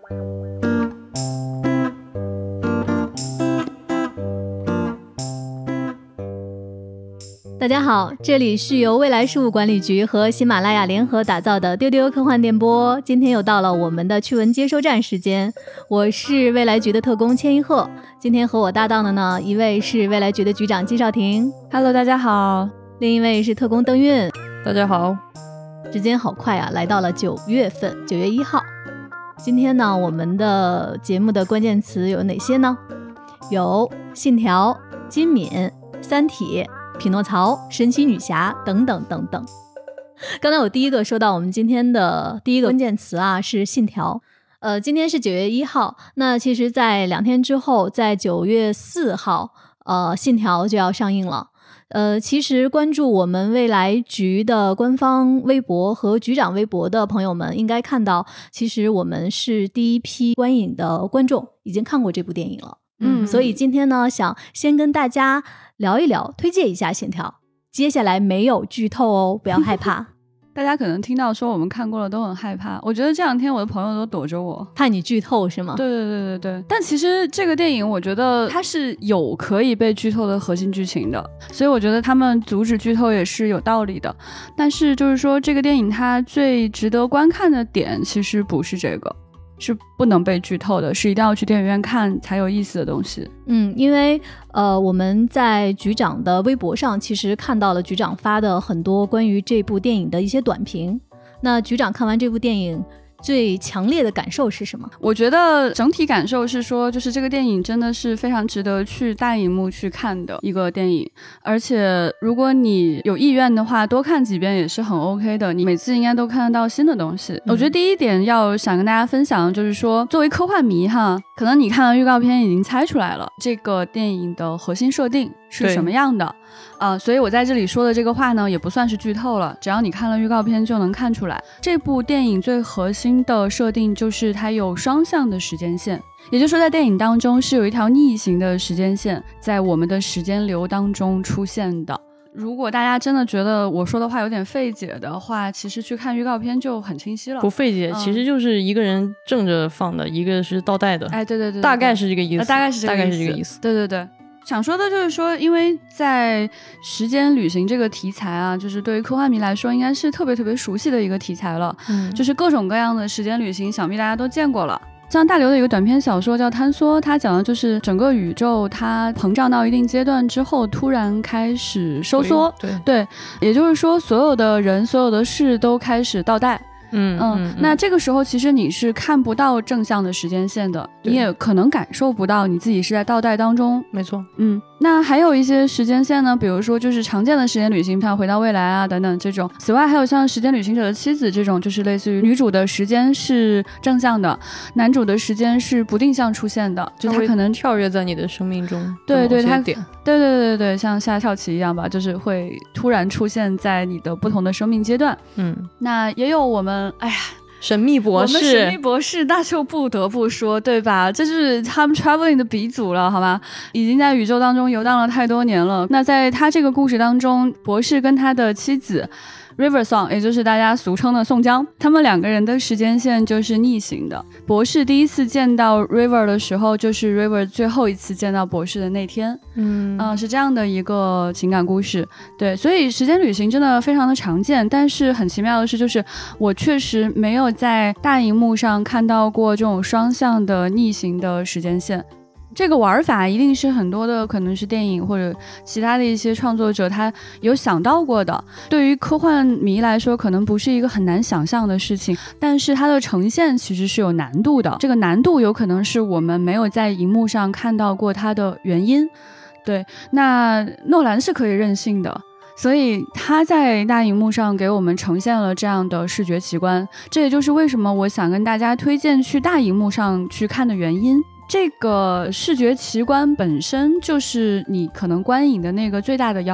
大家好，这里是由未来事务管理局和喜马拉雅联合打造的丢丢科幻电波。今天又到了我们的趣闻接收站时间，我是未来局的特工千一鹤。今天和我搭档的呢，一位是未来局的局长季少廷 Hello 大家好。 另一位是特工邓韵。 大家好。 时间好快啊，来到了9月份，9月1号。今天呢，我们的节目的关键词有哪些呢？有信条、金敏、三体、匹诺曹、神奇女侠等等等等。刚才我第一个说到我们今天的第一个关键词啊，是信条。今天是9月1号，那其实在2天之后，在9月4号，信条就要上映了。其实关注我们未来局的官方微博和局长微博的朋友们应该看到，其实我们是第一批观影的观众，已经看过这部电影了。所以今天呢，想先跟大家聊一聊，推荐一下信条。接下来没有剧透哦，不要害怕。 大家可能听到说我们看过了都很害怕，我觉得这2天我的朋友都躲着我， 怕你剧透是吗？ 对。但其实这个电影我觉得它是有可以被剧透的核心剧情的，所以我觉得他们阻止剧透也是有道理的。但是就是说这个电影它最值得观看的点其实不是这个，是不能被剧透的，是一定要去电影院看才有意思的东西。 因为我们在局长的微博上其实看到了局长发的很多关于这部电影的一些短评。那局长看完这部电影最强烈的感受是什么？ 我觉得整体感受是说，就是这个电影真的是非常值得去大荧幕去看的一个电影，而且如果你有意愿的话，多看几遍也是很 OK 的，你每次应该都看得到新的东西。我觉得第一点要想跟大家分享，就是说作为科幻迷哈，可能你看了预告片已经猜出来了这个电影的核心设定是什么样的。所以我在这里说的这个话呢，也不算是剧透了，只要你看了预告片就能看出来。这部电影最核心的设定就是它有双向的时间线，也就是说在电影当中是有一条逆行的时间线在我们的时间流当中出现的。如果大家真的觉得我说的话有点费解的话，其实去看预告片就很清晰了。 不费解，其实就是一个人正着放的，一个是倒带的。 对， 大概是这个意思。 大概是这个意思。对。想说的就是说，因为在时间旅行这个题材啊，就是对于科幻迷来说应该是特别特别熟悉的一个题材了。就是各种各样的时间旅行想必大家都见过了。像大刘的一个短篇小说叫《坍缩》，它讲的就是整个宇宙它膨胀到一定阶段之后突然开始收缩。对，也就是说所有的人所有的事都开始倒带。那这个时候其实你是看不到正向的时间线的，你也可能感受不到你自己是在倒带当中。 没错。 那还有一些时间线呢，比如说就是常见的时间旅行，像回到未来啊等等这种。此外还有像时间旅行者的妻子这种，就是类似于女主的时间是正向的，男主的时间是不定向出现的，就他可能跳跃在你的生命中。 对，像下跳棋一样吧，就是会突然出现在你的不同的生命阶段。那也有我们神秘博士， 我们神秘博士那就不得不说，对吧？这就是他们 traveling 的鼻祖了，好吗？已经在宇宙当中游荡了太多年了。那在他这个故事当中，博士跟他的妻子River Song， 也就是大家俗称的宋江，他们2个人的时间线就是逆行的。博士第一次见到 River 的时候，就是 River 最后一次见到博士的那天。是这样的一个情感故事。对，所以时间旅行真的非常的常见，但是很奇妙的是，就是我确实没有在大荧幕上看到过这种双向的逆行的时间线。这个玩法一定是很多的可能是电影或者其他的一些创作者他有想到过的，对于科幻迷来说可能不是一个很难想象的事情，但是它的呈现其实是有难度的，这个难度有可能是我们没有在荧幕上看到过它的原因。对，那诺兰是可以任性的，所以他在大荧幕上给我们呈现了这样的视觉奇观，这也就是为什么我想跟大家推荐去大荧幕上去看的原因。这个视觉奇观本身就是你可能观影的那个最大的要点。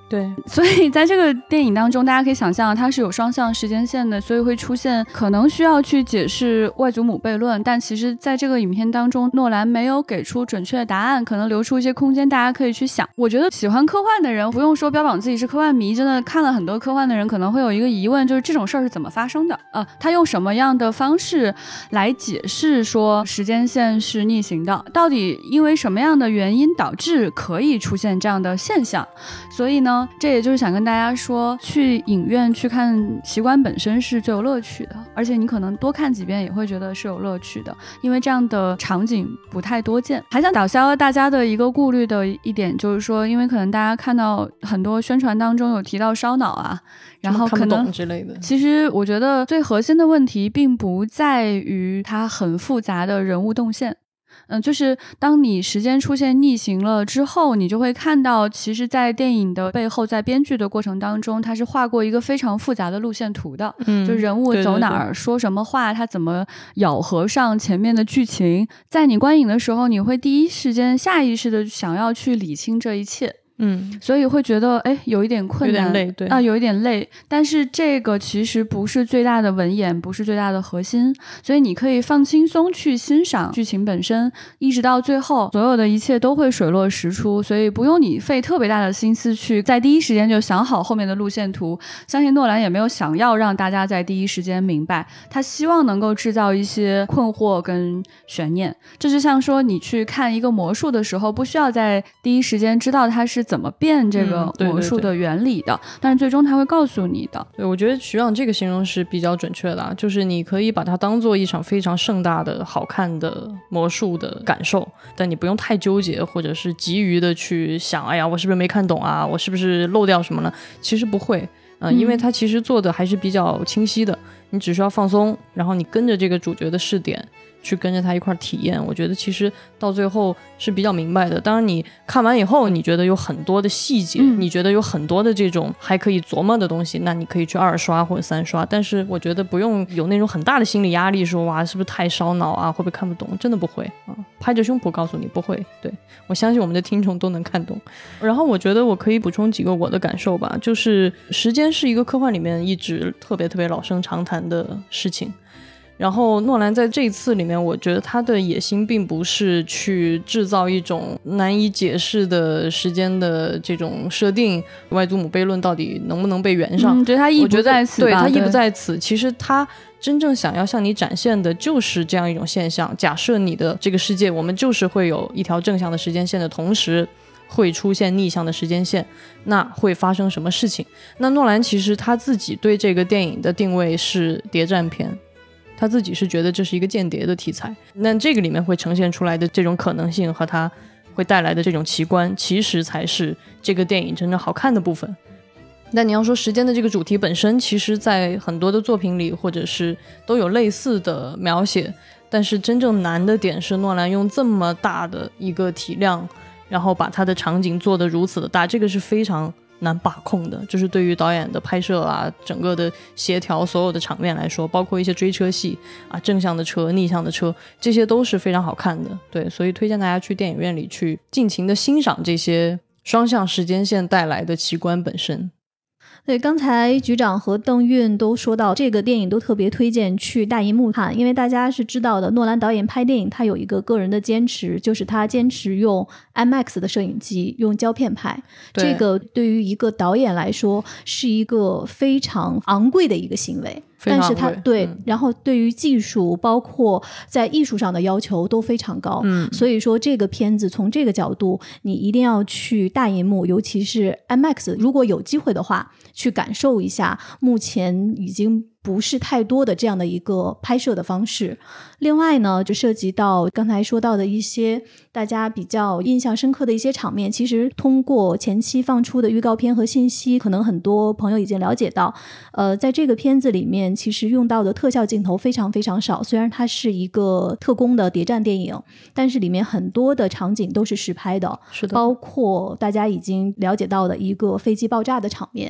对， 所以在这个电影当中，大家可以想象它是有双向时间线的，所以会出现可能需要去解释外祖母悖论，但其实在这个影片当中，诺兰没有给出准确的答案，可能留出一些空间大家可以去想。我觉得喜欢科幻的人不用说标榜自己是科幻迷，真的看了很多科幻的人可能会有一个疑问，就是这种事儿是怎么发生的他用什么样的方式来解释说时间线是逆行的，到底因为什么样的原因导致可以出现这样的现象。所以呢，这也就是想跟大家说，去影院去看奇观本身是最有乐趣的，而且你可能多看几遍也会觉得是有乐趣的，因为这样的场景不太多见。还想打消大家的一个顾虑的一点，就是说因为可能大家看到很多宣传当中有提到烧脑啊，然后可能看不懂之类的。 其实我觉得最核心的问题并不在于它很复杂的人物动线，就是当你时间出现逆行了之后，你就会看到其实在电影的背后，在编剧的过程当中，它是画过一个非常复杂的路线图的，就是人物走哪儿，说什么话，他怎么咬合上前面的剧情，在你观影的时候，你会第一时间下意识的想要去理清这一切。所以会觉得有一点困难， 有点累，对有一点累，但是这个其实不是最大的文眼，不是最大的核心，所以你可以放轻松去欣赏剧情本身，一直到最后所有的一切都会水落石出，所以不用你费特别大的心思去在第一时间就想好后面的路线图。相信诺兰也没有想要让大家在第一时间明白，他希望能够制造一些困惑跟悬念。这就像说你去看一个魔术的时候，不需要在第一时间知道它是怎么变这个魔术的原理的，但是最终他会告诉你的。 对，我觉得徐朗这个形容是比较准确的，就是你可以把它当做一场非常盛大的好看的魔术的感受，但你不用太纠结或者是急于的去想，哎呀我是不是没看懂啊，我是不是漏掉什么了，其实不会因为它其实做的还是比较清晰的，你只需要放松，然后你跟着这个主角的视点去跟着他一块体验，我觉得其实到最后是比较明白的。当然你看完以后你觉得有很多的细节，你觉得有很多的这种还可以琢磨的东西，那你可以去2刷或者3刷，但是我觉得不用有那种很大的心理压力，说哇是不是太烧脑啊，会不会看不懂，真的不会拍着胸脯告诉你不会。对，我相信我们的听众都能看懂。然后我觉得我可以补充几个我的感受吧，就是时间是一个科幻里面一直特别特别老生常谈的事情，然后诺兰在这一次里面，我觉得他的野心并不是去制造一种难以解释的时间的这种设定，外祖母悖论到底能不能被圆上， 觉得他意不在此吧， 对，他意不在此。其实他真正想要向你展现的就是这样一种现象，假设你的这个世界我们就是会有一条正向的时间线的同时会出现逆向的时间线，那会发生什么事情。那诺兰其实他自己对这个电影的定位是谍战片，他自己是觉得这是一个间谍的题材，那这个里面会呈现出来的这种可能性和它会带来的这种奇观，其实才是这个电影真正好看的部分。但你要说时间的这个主题本身，其实在很多的作品里或者是都有类似的描写，但是真正难的点是诺兰用这么大的一个体量，然后把他的场景做得如此的大，这个是非常难把控的，就是对于导演的拍摄啊，整个的协调所有的场面来说，包括一些追车戏啊，正向的车逆向的车，这些都是非常好看的。对，所以推荐大家去电影院里去尽情的欣赏这些双向时间线带来的奇观本身。 对，刚才局长和邓韵都说到这个电影都特别推荐去大银幕看，因为大家是知道的，诺兰导演拍电影他有一个个人的坚持，就是他坚持用 IMAX 的摄影机，用胶片拍。这个对于一个导演来说是一个非常昂贵的一个行为，但是他对然后对于技术包括在艺术上的要求都非常高，所以说这个片子从这个角度你一定要去大银幕，尤其是 IMAX， 如果有机会的话去感受一下目前已经不是太多的这样的一个拍摄的方式。另外呢，就涉及到刚才说到的一些大家比较印象深刻的一些场面，其实通过前期放出的预告片和信息，可能很多朋友已经了解到在这个片子里面其实用到的特效镜头非常非常少，虽然它是一个特工的谍战电影，但是里面很多的场景都是实拍的， 是的， 包括大家已经了解到的一个飞机爆炸的场面，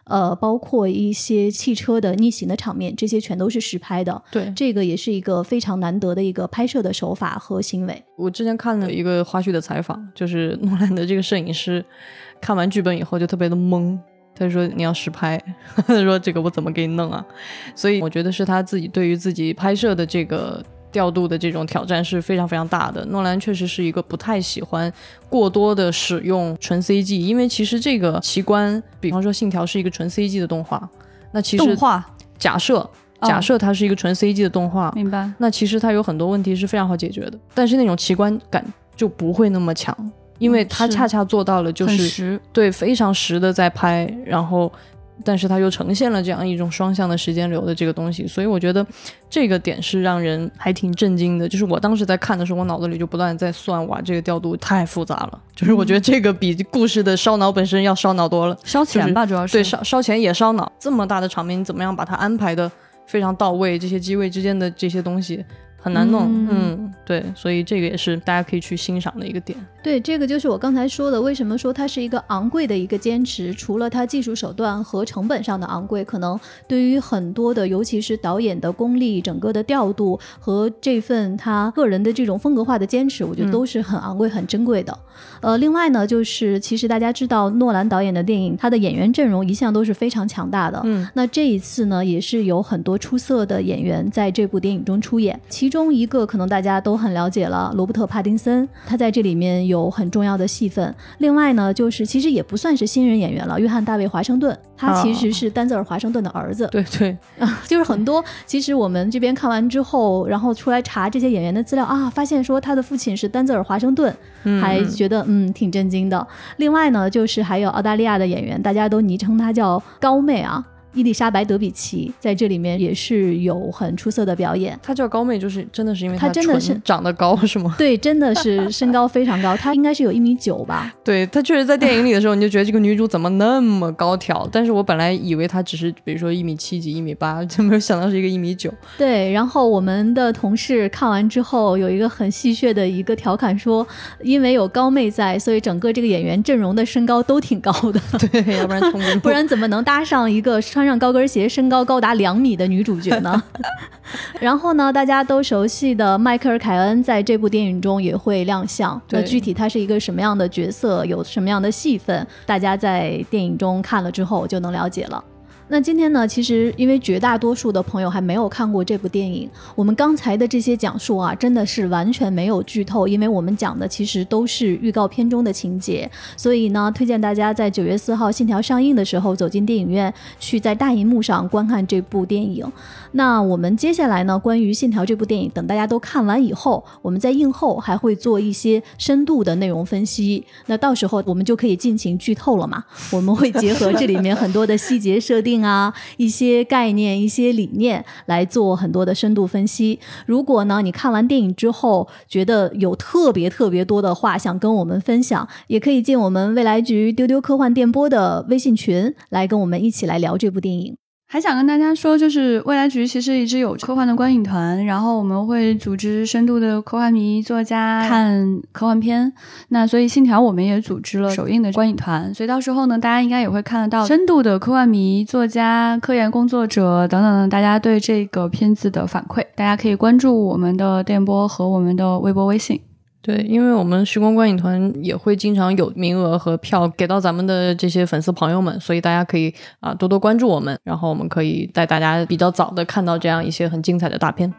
包括一些汽车的逆行的场面，这些全都是实拍的。 对， 这个也是一个非常难得的一个拍摄的手法和行为。 我之前看了一个花絮的采访，就是诺兰的这个摄影师看完剧本以后就特别的懵，他就说你要实拍他说这个我怎么给你弄啊。所以我觉得是他自己对于自己拍摄的这个调度的这种挑战是非常非常大的。诺兰确实是一个不太喜欢过多的使用纯 CG， 因为其实这个奇观比方说信条是一个纯 CG 的动画，那其实动画假设它是一个纯 CG 的动画， 明白， 那其实它有很多问题是非常好解决的，但是那种奇观感就不会那么强，因为它恰恰做到了就是对非常实的在拍，然后但是它又呈现了这样一种双向的时间流的这个东西，所以我觉得这个点是让人还挺震惊的。就是我当时在看的时候，我脑子里就不断在算，哇，这个调度太复杂了，就是我觉得这个比故事的烧脑本身要烧脑多了， 烧钱吧，主要是对，烧钱也烧脑。这么大的场面，你怎么样把它安排的非常到位，这些机位之间的这些东西很难弄。对，所以这个也是大家可以去欣赏的一个点。 对，这个就是我刚才说的，为什么说它是一个昂贵的一个坚持，除了它技术手段和成本上的昂贵，可能对于很多的尤其是导演的功力，整个的调度和这份他个人的这种风格化的坚持，我觉得都是很昂贵很珍贵的。另外呢，就是其实大家知道诺兰导演的电影，他的演员阵容一向都是非常强大的。那这一次呢，也是有很多出色的演员在这部电影中出演，其中一个可能大家都很了解了，罗伯特·帕丁森，他在这里面有很重要的戏份。另外呢，就是其实也不算是新人演员了，约翰·大卫·华盛顿，他其实是丹泽尔·华盛顿的儿子。 对对， 就是很多其实我们这边看完之后，然后出来查这些演员的资料啊，发现说他的父亲是丹泽尔·华盛顿，还觉得挺震惊的。另外呢，就是还有澳大利亚的演员，大家都昵称他叫高妹啊，伊丽莎白·德比奇在这里面也是有很出色的表演。 她叫高妹，就是真的是因为她真的是长得高是吗？ 对，真的是身高非常高，她应该是有1.9米吧。 对，她确实在电影里的时候，你就觉得这个女主怎么那么高挑？但是我本来以为她只是比如说1.7米几、1.8米，就没有想到是一个1.9米。 对，然后我们的同事看完之后有一个很戏谑的一个调侃说，因为有高妹在，所以整个这个演员阵容的身高都挺高的。 对，要不然冲不住， 不然怎么能搭上一个穿上高跟鞋身高高达2米的女主角呢？然后呢，大家都熟悉的迈克尔·凯恩在这部电影中也会亮相。那具体他是一个什么样的角色，有什么样的戏份，大家在电影中看了之后就能了解了。那今天呢，其实因为绝大多数的朋友还没有看过这部电影，我们刚才的这些讲述啊，真的是完全没有剧透，因为我们讲的其实都是预告片中的情节，所以呢，推荐大家在9月4号信条上映的时候走进电影院，去在大荧幕上观看这部电影。那我们接下来呢，关于信条这部电影，等大家都看完以后，我们在映后还会做一些深度的内容分析，那到时候我们就可以尽情剧透了嘛，我们会结合这里面很多的细节设定啊，一些概念，一些理念来做很多的深度分析。如果呢你看完电影之后觉得有特别多的话想跟我们分享，也可以进我们未来局丢丢科幻电波的微信群来跟我们一起来聊这部电影。 还想跟大家说，就是未来局其实一直有科幻的观影团，然后我们会组织深度的科幻迷作家看科幻片，那所以信条我们也组织了首映的观影团，所以到时候呢大家应该也会看得到深度的科幻迷作家、科研工作者等等大家对这个片子的反馈，大家可以关注我们的电波和我们的微博微信。 对，因为我们时光观影团也会经常有名额和票给到咱们的这些粉丝朋友们，所以大家可以多多关注我们，然后我们可以带大家比较早的看到这样一些很精彩的大片。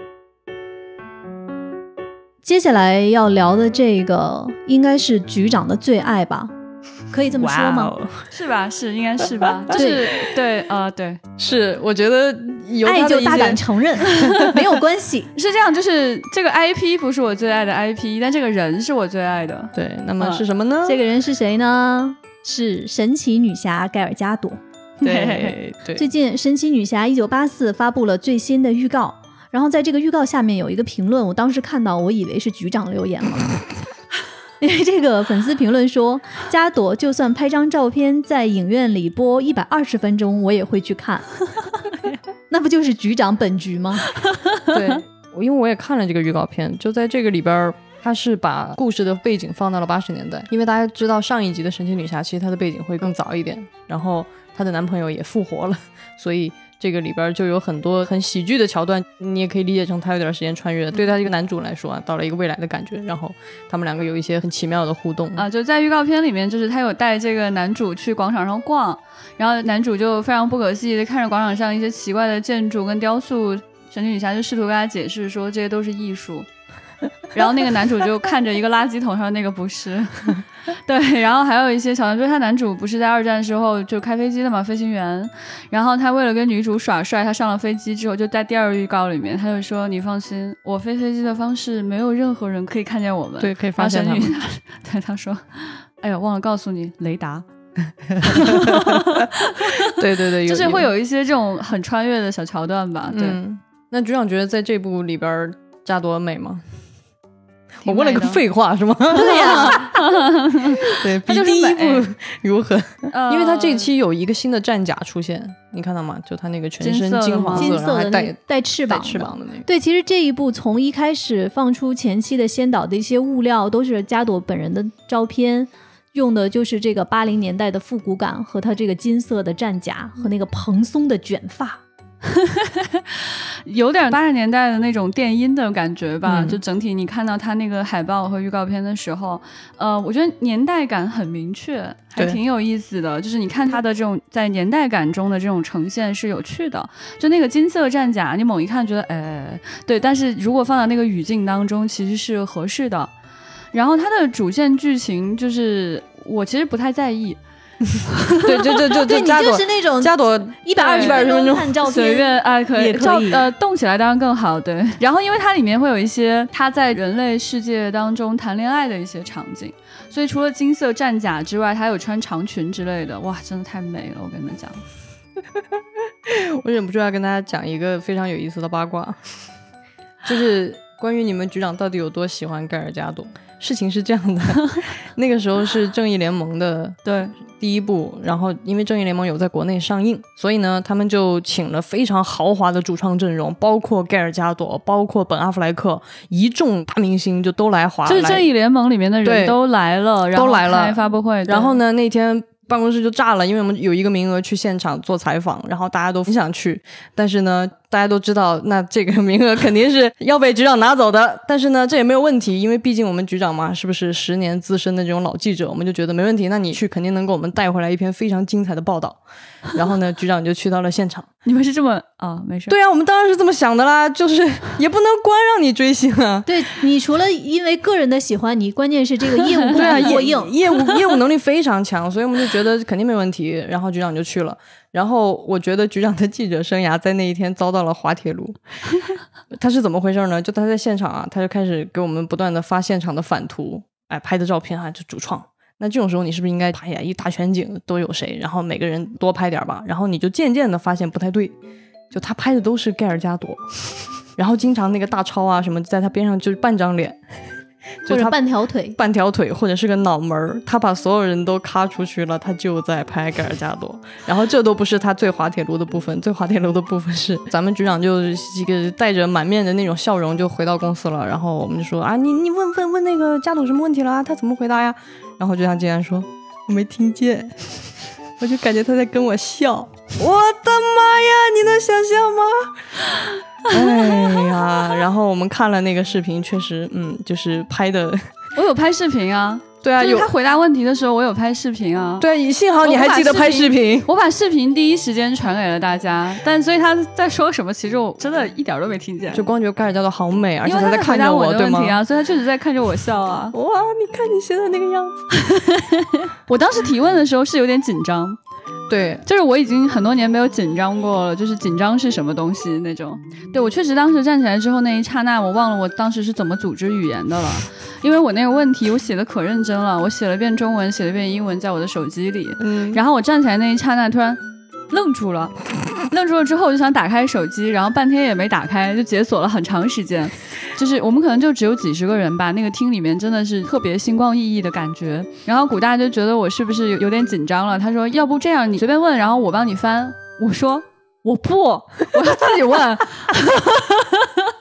接下来要聊的这个应该是局长的最爱吧，可以这么说吗？ 是吧？是，应该是吧？就是对，对， 是，我觉得有爱就大胆承认，没有关系。 是这样，就是这个 IP 不是我最爱的 IP， 但这个人是我最爱的。 对，那么是什么呢？ 这个人是谁呢？是神奇女侠盖尔加朵。 对对， 最近神奇女侠1984发布了最新的预告，然后在这个预告下面有一个评论，我当时看到我以为是局长留言了。因为这个粉丝评论说，加朵就算拍张照片在影院里播120分钟我也会去看。那不就是局长本局吗？ 对，因为我也看了这个预告片，就在这个里边他是把故事的背景放到了80年代，因为大家知道上一集的神奇女侠其实她的背景会更早一点，然后她的男朋友也复活了，所以这个里边就有很多很喜剧的桥段，你也可以理解成他有点时间穿越，对他这个男主来说啊，到了一个未来的感觉，然后他们两个有一些很奇妙的互动啊。就在预告片里面，就是他有带这个男主去广场上逛，然后男主就非常不可思议的看着广场上一些奇怪的建筑跟雕塑，神奇女侠就试图跟他解释说这些都是艺术。然后那个男主就看着一个垃圾桶上那个不是对，然后还有一些小段，就是他男主不是在二战时候就开飞机的嘛，飞行员，然后他为了跟女主耍帅，他上了飞机之后就在第二预告里面他就说你放心，我飞飞机的方式没有任何人可以看见我们， 对，可以发现他们。 对，他说哎呦忘了告诉你雷达对对对， 就是会有一些这种很穿越的小桥段吧。对， 那局长觉得在这部里边加朵美吗？我问了个废话是吗？ 对呀对，比第一部如何？因为他这一期有一个新的战甲出现，你看到吗？就他那个全身金黄色，然后还带翅膀的那个。 对，其实这一部从一开始放出前期的先导的一些物料都是加朵本人的照片，用的就是这个80年代的复古感和他这个金色的战甲和那个蓬松的卷发。 有点80年代的那种电音的感觉吧，就整体你看到他那个海报和预告片的时候，我觉得年代感很明确，还挺有意思的。就是你看他的这种在年代感中的这种呈现是有趣的。就那个金色战甲，你猛一看觉得对，但是如果放到那个语境当中，其实是合适的。然后它的主线剧情就是我其实不太在意。 对，就对，你就是那种加朵 120分钟看照片随便可以， 也可以动起来当然更好。对，然后因为它里面会有一些他在人类世界当中谈恋爱的一些场景，所以除了金色战甲之外，他有穿长裙之类的，哇，真的太美了，我跟你们讲。 我忍不住要跟大家讲一个非常有意思的八卦，就是关于你们局长到底有多喜欢盖尔加朵。事情是这样的，那个时候是正义联盟的对第一部，然后因为正义联盟有在国内上映，所以呢他们就请了非常豪华的主创阵容，包括盖尔加朵，包括本阿弗莱克，一众大明星就都来就是正义联盟里面的人都来了，然后开发布会。 然后呢那天办公室就炸了，因为我们有一个名额去现场做采访，然后大家都很想去，但是呢大家都知道那这个名额肯定是要被局长拿走的，但是呢这也没有问题，因为毕竟我们局长嘛是不是10年资深的这种老记者，我们就觉得没问题，那你去肯定能给我们带回来一篇非常精彩的报道。然后呢局长就去到了现场。 你们是这么没事。 对啊，我们当然是这么想的啦，就是也不能光让你追星啊。 对，你除了因为个人的喜欢，你关键是这个业务过硬， 业务能力非常强，所以我们就觉得肯定没问题，然后局长就去了。然后我觉得局长的记者生涯在那一天遭到了滑铁卢。他是怎么回事呢？就他在现场啊，他就开始给我们不断的发现场的反图，拍的照片啊，就主创。那这种时候你是不是应该拍呀一大全景都有谁，然后每个人多拍点吧，然后你就渐渐的发现不太对，就他拍的都是盖尔加朵，然后经常那个大超啊什么在他边上就是半张脸或者半条腿或者是个脑门，他把所有人都咔出去了，他就在拍盖尔加朵。然后这都不是他最滑铁卢的部分，最滑铁卢的部分是咱们局长就一个带着满面的那种笑容就回到公司了，然后我们就说啊，你问那个加朵什么问题了啊，他怎么回答呀？然后局长竟然说我没听见，我就感觉他在跟我笑。我的妈呀，你能想象吗？哎呀，然后我们看了那个视频，确实就是拍的。 我有拍视频啊。 对啊， 就是他回答问题的时候我有拍视频啊。 对，幸好你还记得拍视频。 我把视频第一时间传给了大家，但所以他在说什么其实我真的一点都没听见， 就光觉得盖尔加朵好美，而且他在看着我， 对吗？所以他确实在看着我笑啊。 哇，你看你现在那个样子。 我当时提问的时候是有点紧张。 对， 就是我已经很多年没有紧张过了，就是紧张是什么东西那种。对，我确实当时站起来之后那一刹那，我忘了我当时是怎么组织语言的了，因为我那个问题我写的可认真了，我写了遍中文，写了遍英文在我的手机里，然后我站起来那一刹那突然愣住了之后我就想打开手机，然后半天也没打开，就解锁了很长时间。就是我们可能就只有几十个人吧，那个厅里面真的是特别星光熠熠的感觉。然后古大就觉得我是不是有点紧张了，他说要不这样你随便问，然后我帮你翻。我说我不，我要自己问。对，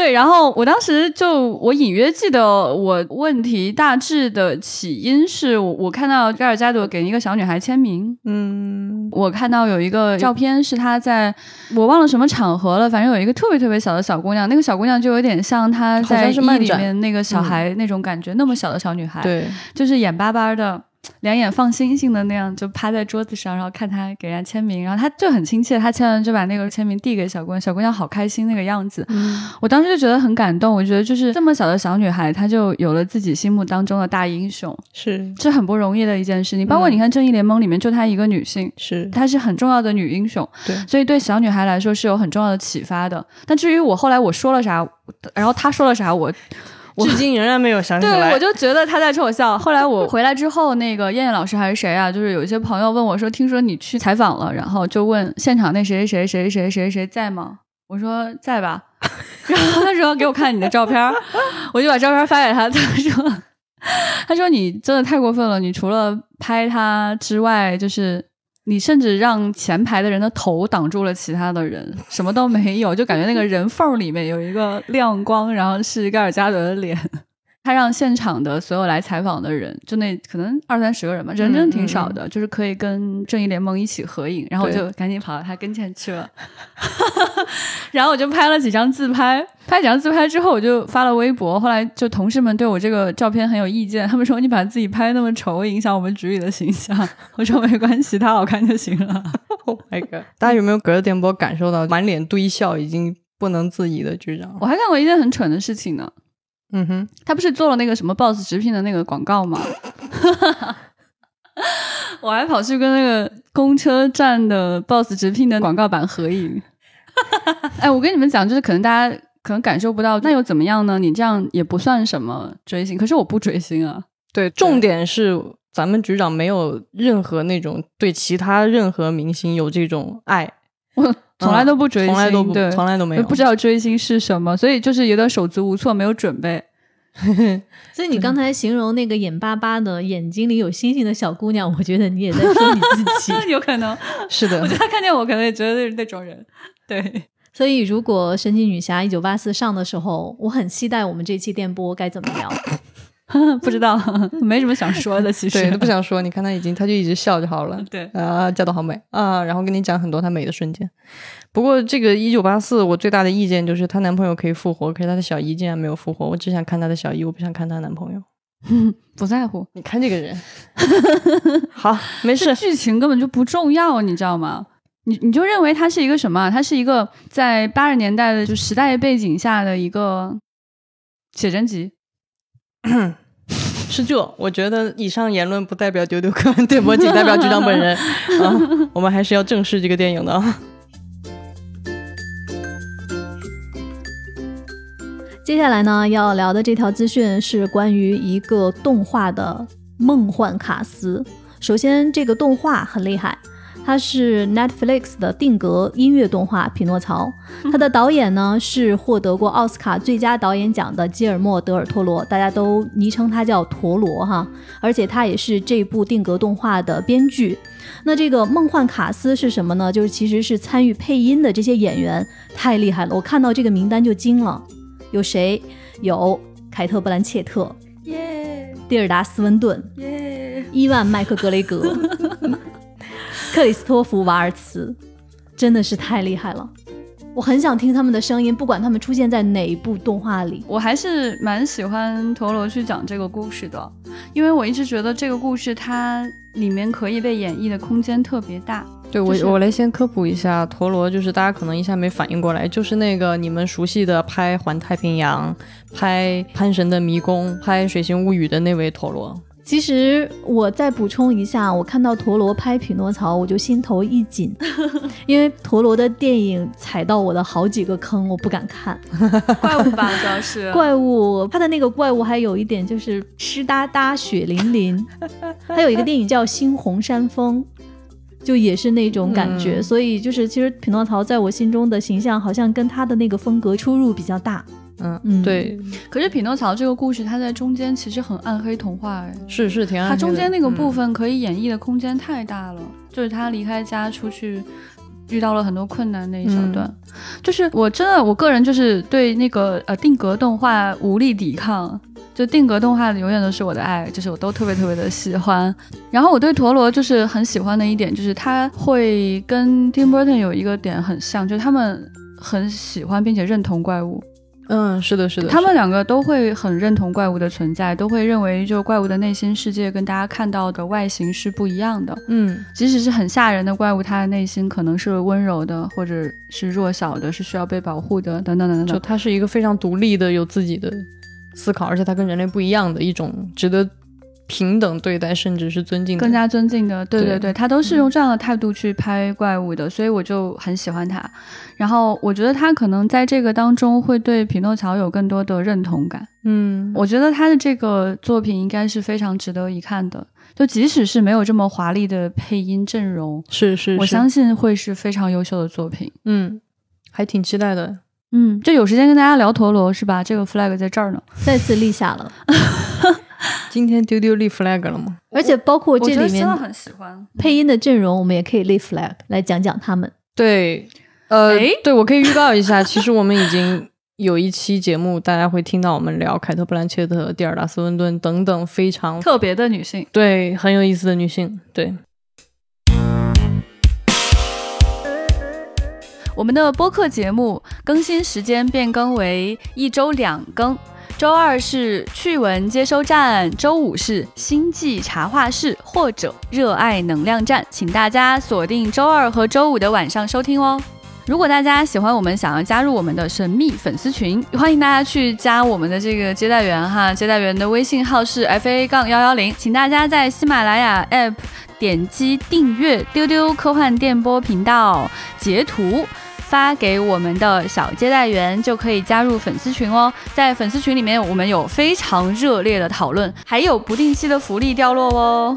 对，然后我当时我隐约记得我问题大致的起因是我看到盖尔加朵给一个小女孩签名，我看到有一个照片是她在我忘了什么场合了，反正有一个特别特别小的小姑娘，那个小姑娘就有点像她在一里面那个小孩那种感觉，那么小的小女孩， 对， 就是眼巴巴的两眼放星星的那样，就趴在桌子上，然后看他给人家签名，然后他就很亲切，他签完就把那个签名递给小姑娘，小姑娘好开心那个样子，我当时就觉得很感动，我觉得就是这么小的小女孩，她就有了自己心目当中的大英雄，是很不容易的一件事情。包括你看正义联盟里面就她一个女性，她是很重要的女英雄，对，所以对小女孩来说是有很重要的启发的。但至于我后来我说了啥，然后她说了啥，我至今仍然没有想起来。 对，我就觉得他在冲我笑。后来我回来之后，那个燕燕老师还是谁啊？就是有一些朋友问我说，听说你去采访了，然后就问现场那谁谁谁谁谁谁在吗？我说在吧。然后他说给我看你的照片，我就把照片发给他。他说你真的太过分了，你除了拍他之外，就是你甚至让前排的人的头挡住了其他的人，什么都没有，就感觉那个人缝里面有一个亮光，然后是盖尔加朵的脸。他让现场的所有来采访的人，就那可能20-30个人吧，人真的挺少的，就是可以跟正义联盟一起合影，然后我就赶紧跑到他跟前去了。然后我就拍了几张自拍，拍几张自拍之后我就发了微博，后来就同事们对我这个照片很有意见，他们说你把自己拍那么丑影响我们局里的形象。我说没关系，他好看就行了。 Oh my god， 大家有没有隔着电波感受到满脸堆笑已经不能自已的局长？ 我还干过一件很蠢的事情呢。他不是做了那个什么 BOSS 直聘的那个广告吗？我还跑去跟那个公车站的 BOSS 直聘的广告版合影。哎，我跟你们讲，就是可能大家可能感受不到，那又怎么样呢？你这样也不算什么追星，可是我不追星啊。 对，重点是咱们局长没有任何那种对其他任何明星有这种爱。 我从来都不追星， 从来都没有， 不知道追星是什么，所以就是有点手足无措，没有准备。 所以你刚才形容那个眼巴巴的眼睛里有星星的小姑娘，我觉得你也在说你自己。 有可能是的， 我觉得他看见我可能也觉得是那种人。对， 所以如果神奇女侠1984上的时候，我很期待我们这期电波该怎么聊。 不知道，没什么想说的，其实对，都不想说。你看他就一直笑就好了。 对啊，叫的好美啊，然后跟你讲很多她美的瞬间。不过这个1984，我最大的意见就是她男朋友可以复活，可是她的小姨竟然没有复活。我只想看她的小姨，我不想看她男朋友。 不在乎。 你看这个人，好，没事， 剧情根本就不重要，你知道吗？你就认为它是一个什么？它是一个在80年代的就时代背景下的一个写真集。 是这，我觉得以上言论不代表丢丢科幻电波，仅代表局长本人啊。我们还是要正视这个电影的啊。 接下来呢，要聊的这条资讯是关于一个动画的梦幻卡司。首先，这个动画很厉害。它是 Netflix 的定格音乐动画《匹诺曹》，它的导演呢是获得过奥斯卡最佳导演奖的基尔莫·德尔托罗，大家都昵称他叫陀螺哈，而且他也是这部定格动画的编剧。那这个梦幻卡司是什么呢？就是其实是参与配音的这些演员太厉害了，我看到这个名单就惊了。有谁？有凯特·布兰切特、蒂尔达·斯温顿、伊万·麦克格雷格克里斯托弗·瓦尔茨，真的是太厉害了。我很想听他们的声音，不管他们出现在哪一部动画里。 我还是蛮喜欢陀螺去讲这个故事的，因为我一直觉得这个故事它里面可以被演绎的空间特别大。 对，我来先科普一下，陀螺就是大家可能一下没反应过来，就是那个你们熟悉的拍《环太平洋》、拍《潘神的迷宫》、拍《水形物语》的那位陀螺。 其实我再补充一下，我看到陀螺拍匹诺曹我就心头一紧，因为陀螺的电影踩到我的好几个坑，我不敢看。 怪物吧，主要是怪物，他的那个怪物还有一点就是湿哒哒血淋淋。还有一个电影叫《猩红山峰》，就也是那种感觉，所以就是其实匹诺曹在我心中的形象好像跟他的那个风格出入比较大。 对。 可是匹诺曹这个故事，它在中间其实很暗黑童话，哎， 是挺暗黑的。 它中间那个部分可以演绎的空间太大了，就是他离开家出去遇到了很多困难那一小段。就是我个人就是对那个定格动画无力抵抗，就定格动画永远都是我的爱，就是我都特别特别的喜欢。然后我对陀螺就是很喜欢的一点，就是他会跟 Tim Burton 有一个点很像，就是他们很喜欢并且认同怪物。 是的是的， 他们两个都会很认同怪物的存在，都会认为就怪物的内心世界跟大家看到的外形是不一样的。即使是很吓人的怪物，它的内心可能是温柔的，或者是弱小的，是需要被保护的，等等等等。 就它是一个非常独立的，有自己的思考，而且它跟人类不一样的一种值得平等对待，甚至是尊敬的， 更加尊敬的。对对对，他都是用这样的态度去拍怪物的，所以我就很喜欢他。然后我觉得他可能在这个当中会对匹诺曹有更多的认同感。我觉得他的这个作品应该是非常值得一看的，就即使是没有这么华丽的配音阵容， 是我相信会是非常优秀的作品。 还挺期待的。 就有时间跟大家聊陀螺是吧？这个 flag 在这儿呢， 再次立下了。 今天丢丢立 flag 了吗？ 而且包括这里面我真的很喜欢配音的阵容，我们也可以立 flag 来讲讲他们。 对，对，我可以预告一下，其实我们已经有一期节目，大家会听到我们聊凯特·布兰切特、蒂尔达·斯温顿等等非常特别的女性， 对，很有意思的女性。对， 我们的播客节目更新时间变更为1周2更。周二是趣闻接收站，周五是星际茶话室或者热爱能量站，请大家锁定周二和周五的晚上收听哦。如果大家喜欢我们，想要加入我们的神秘粉丝群，欢迎大家去加我们的这个接待员哈，接待员的微信号是 FA-110，请大家在喜马拉雅 App 点击订阅丢丢科幻电波频道，截图发给我们的小接待员，就可以加入粉丝群哦。在粉丝群里面，我们有非常热烈的讨论，还有不定期的福利掉落哦。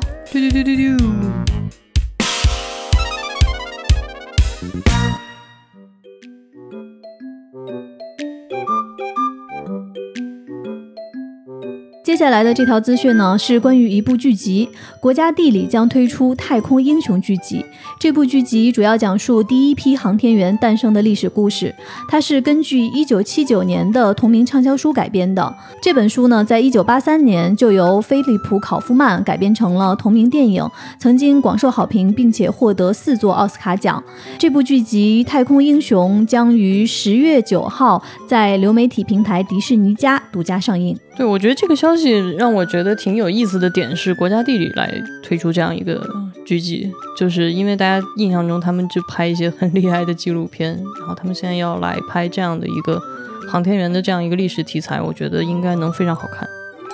接下来的这条资讯呢，是关于一部剧集，国家地理将推出太空英雄剧集。这部剧集主要讲述第一批航天员诞生的历史故事，它是根据1979年的同名畅销书改编的。这本书呢，在1983年就由菲利普·考夫曼改编成了同名电影，曾经广受好评，并且获得4座奥斯卡奖。这部剧集《太空英雄》将于10月9号在流媒体平台迪士尼+独家上映。 对，我觉得这个消息让我觉得挺有意思的点是国家地理来推出这样一个剧集，就是因为大家印象中他们就拍一些很厉害的纪录片，然后他们现在要来拍这样的一个航天员的这样一个历史题材，我觉得应该能非常好看。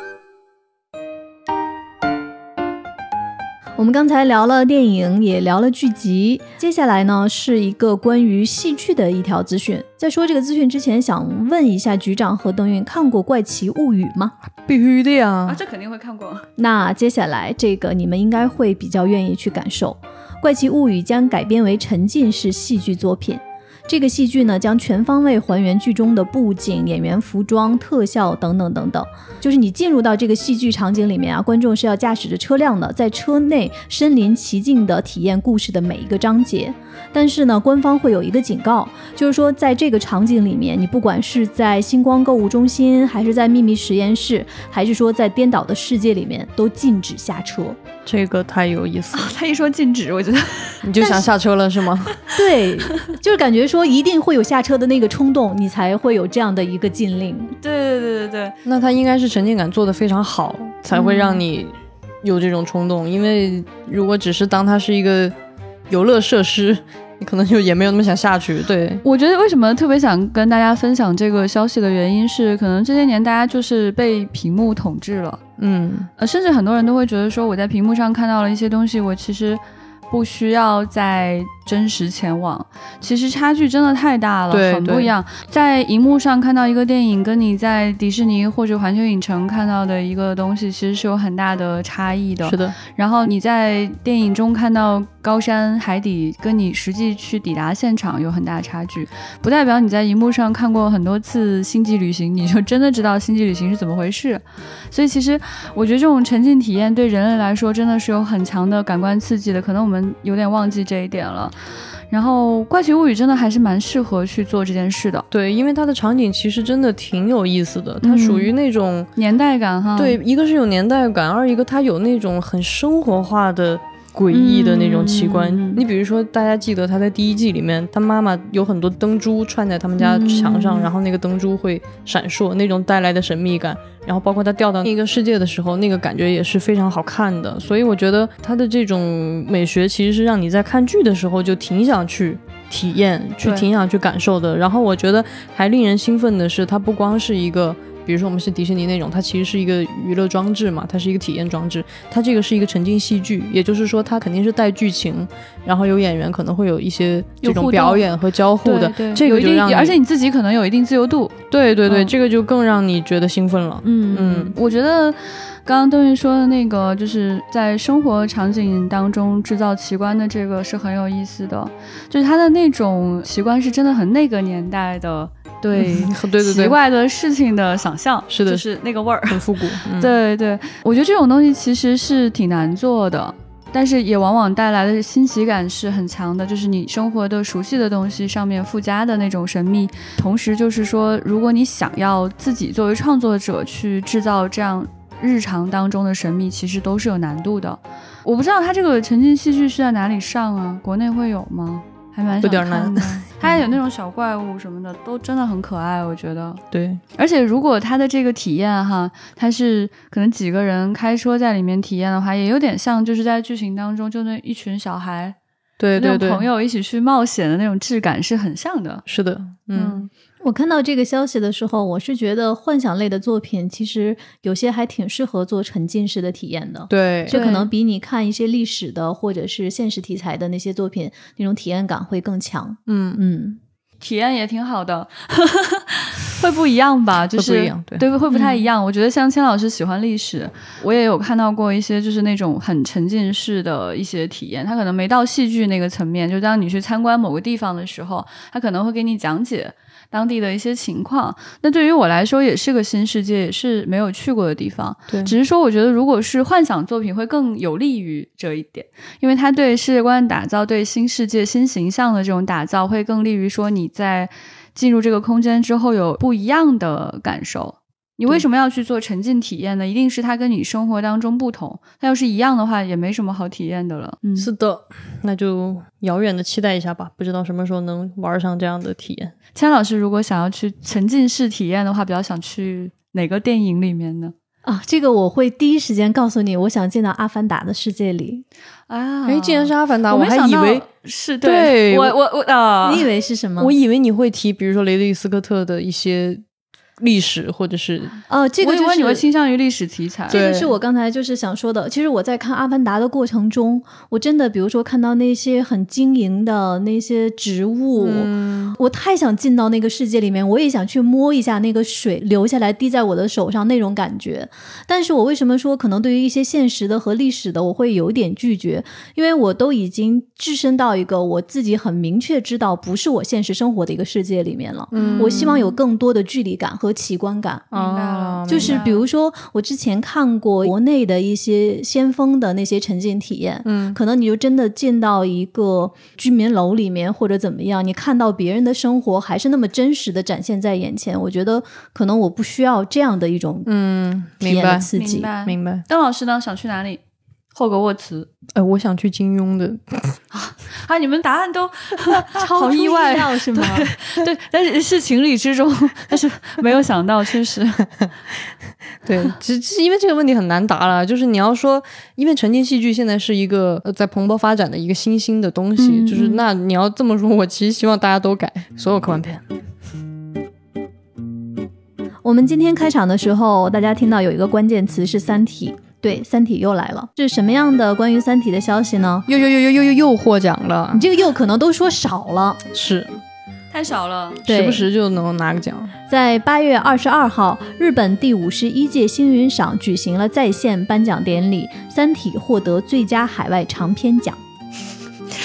我们刚才聊了电影，也聊了剧集，接下来呢是一个关于戏剧的一条资讯。在说这个资讯之前，想问一下局长和邓韵，看过《怪奇物语》吗？ 必须的呀！ 这肯定会看过。 那接下来这个你们应该会比较愿意去感受，《怪奇物语》将改编为沉浸式戏剧作品。这个戏剧呢，将全方位还原剧中的布景、演员服装、特效等等等等。就是你进入到这个戏剧场景里面啊，观众是要驾驶着车辆的，在车内身临其境的体验故事的每一个章节。但是呢，官方会有一个警告，就是说在这个场景里面，你不管是在星光购物中心，还是在秘密实验室，还是说在颠倒的世界里面，都禁止下车。 这个太有意思了。 他一说禁止，我觉得你就想下车了是吗？ 对，就是感觉说一定会有下车的那个冲动，你才会有这样的一个禁令。 对， 那他应该是沉浸感做得非常好，才会让你有这种冲动。因为如果只是当它是一个游乐设施，你可能就也没有那么想下去。对， 我觉得为什么特别想跟大家分享这个消息的原因是，可能这些年大家就是被屏幕统治了。甚至很多人都会觉得说，我在屏幕上看到了一些东西，我其实不需要在真实前往，其实差距真的太大了，很不一样。在荧幕上看到一个电影，跟你在迪士尼或者环球影城看到的一个东西，其实是有很大的差异的。 是的。 然后你在电影中看到高山海底，跟你实际去抵达现场有很大的差距，不代表你在荧幕上看过很多次星际旅行，你就真的知道星际旅行是怎么回事。所以其实我觉得这种沉浸体验对人类来说真的是有很强的感官刺激的，可能我们有点忘记这一点了。 然后《怪奇物语》真的还是蛮适合去做这件事的。 对，因为它的场景其实真的挺有意思的，它属于那种年代感哈。 对，一个是有年代感，二一个它有那种很生活化的诡异的那种奇观。你比如说大家记得他在第1季里面，他妈妈有很多灯珠串在他们家墙上，然后那个灯珠会闪烁，那种带来的神秘感，然后包括他掉到那个世界的时候，那个感觉也是非常好看的。所以我觉得他的这种美学其实是让你在看剧的时候就挺想去体验，去挺想去感受的。然后我觉得还令人兴奋的是，它不光是一个比如说我们是迪士尼那种，它其实是一个娱乐装置嘛，它是一个体验装置，它这个是一个沉浸戏剧，也就是说它肯定是带剧情，然后有演员可能会有一些这种表演和交互的， 对， 这个就让你， 而且你自己可能有一定自由度， 对对对，这个就更让你觉得兴奋了。 我觉得刚刚邓云说的那个就是在生活场景当中制造奇观的这个是很有意思的，就是它的那种奇观是真的很那个年代的对奇怪的事情的想象， 是的， 就是那个味儿， 很复古。 对对，我觉得这种东西其实是挺难做的，但是也往往带来的新奇感是很强的，就是你生活的熟悉的东西上面附加的那种神秘，同时就是说如果你想要自己作为创作者去制造这样日常当中的神秘，其实都是有难度的。我不知道它这个沉浸戏剧是在哪里上啊？国内会有吗？还蛮想看的， 有点难。 它还有那种小怪物什么的，都真的很可爱，我觉得。 对， 而且如果它的这个体验哈，它是可能几个人开车在里面体验的话，也有点像就是在剧情当中就那一群小孩， 对对对， 那种朋友一起去冒险的那种质感是很像的。 是的， 我看到这个消息的时候，我是觉得幻想类的作品其实有些还挺适合做沉浸式的体验的。 对， 这可能比你看一些历史的或者是现实题材的那些作品那种体验感会更强。 体验也挺好的会不一样吧，就是会不一样，对， 会不太一样。我觉得像千老师喜欢历史，我也有看到过一些就是那种很沉浸式的一些体验，他可能没到戏剧那个层面，就当你去参观某个地方的时候，他可能会给你讲解当地的一些情况，那对于我来说也是个新世界，也是没有去过的地方。 对， 只是说我觉得如果是幻想作品会更有利于这一点，因为它对世界观的打造，对新世界新形象的这种打造会更利于说你在进入这个空间之后有不一样的感受。你为什么要去做沉浸体验呢？一定是它跟你生活当中不同，它要是一样的话也没什么好体验的了。 是的，那就遥远的期待一下吧，不知道什么时候能玩上这样的体验。 千老师如果想要去沉浸式体验的话，比较想去哪个电影里面呢？ 这个我会第一时间告诉你，我想进到阿凡达的世界里啊！ 既然是阿凡达， 我还以为是对我你以为是什么？ 我以为你会提，比如说雷德利·斯科特的一些历史，或者是这个就是我以为你会倾向于历史题材。 这个是我刚才就是想说的。其实我在看阿凡达的过程中，我真的比如说看到那些很晶莹的那些植物，我太想进到那个世界里面，我也想去摸一下那个水流下来滴在我的手上那种感觉。但是我为什么说可能对于一些现实的和历史的我会有点拒绝，因为我都已经置身到一个我自己很明确知道不是我现实生活的一个世界里面了。我希望有更多的距离感和奇观感。 明白了， 就是比如说我之前看过国内的一些先锋的那些沉浸体验，可能你就真的进到一个居民楼里面或者怎么样，你看到别人的生活还是那么真实的展现在眼前，我觉得可能我不需要这样的一种体验的刺激。 明白。 邓老师呢，想去哪里？霍格沃茨。 我想去金庸的。 你们答案都超意外是吗？ 对，但是是情理之中，但是没有想到，确实。 对，只是因为这个问题很难答了。就是你要说，因为沉浸戏剧现在是一个在蓬勃发展的一个新兴的东西，就是那你要这么说，我其实希望大家都改所有科幻片。 我们今天开场的时候，大家听到有一个关键词是三体。对，三体又来了，是什么样的关于三体的消息呢？ 又获奖了。 你这个又可能都说少了， 是太少了， 时不时就能拿个奖。 在8月22号，日本第51届星云赏举行了在线颁奖典礼，三体获得最佳海外长篇奖。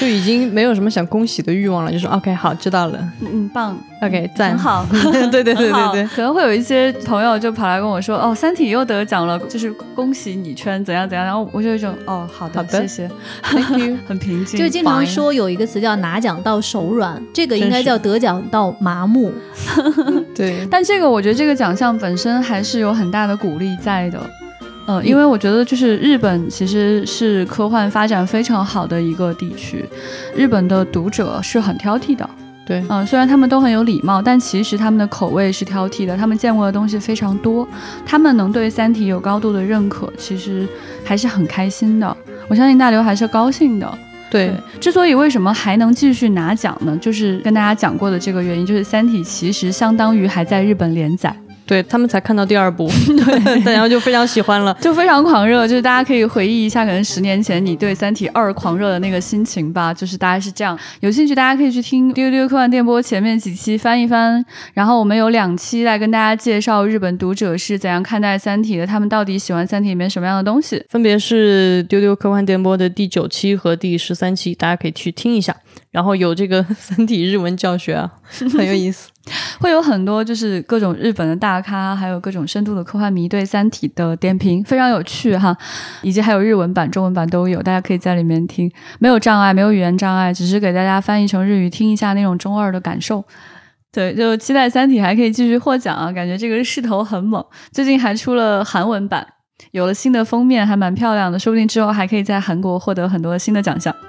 就已经没有什么想恭喜的欲望了，就说 OK 好知道了， 棒 OK 赞， 很好对对对对对， 可能会有一些朋友就跑来跟我说，哦，三体又得奖了，就是恭喜你圈怎样怎样，然后我就有一种好的谢谢 Thank you 很平静。 就经常说有一个词叫拿奖到手软，这个应该叫得奖到麻木。 对， 但这个我觉得这个奖项本身还是有很大的鼓励在的。因为我觉得就是日本其实是科幻发展非常好的一个地区，日本的读者是很挑剔的。 对， 虽然他们都很有礼貌，但其实他们的口味是挑剔的，他们见过的东西非常多，他们能对三体有高度的认可，其实还是很开心的。我相信大刘还是高兴的。 对， 之所以为什么还能继续拿奖呢，就是跟大家讲过的这个原因，就是三体其实相当于还在日本连载， 对他们才看到第2部，对，然后就非常喜欢了， 就非常狂热。就是大家可以回忆一下，可能10年前你对《三体2》狂热的那个心情吧，就是大概是这样。有兴趣大家可以去听丢丢科幻电波前面几期翻一翻，然后我们有2期来跟大家介绍日本读者是怎样看待三体的，他们到底喜欢三体里面什么样的东西， 分别是丢丢科幻电波的第9期和第13期，大家可以去听一下，然后有这个三体日文教学啊，很有意思。 会有很多就是各种日本的大咖，还有各种深度的科幻迷对三体的点评，非常有趣哈，以及还有日文版中文版都有，大家可以在里面听，没有障碍，没有语言障碍，只是给大家翻译成日语听一下那种中二的感受。对，就期待三体还可以继续获奖啊，感觉这个势头很猛，最近还出了韩文版，有了新的封面，还蛮漂亮的，说不定之后还可以在韩国获得很多新的奖项。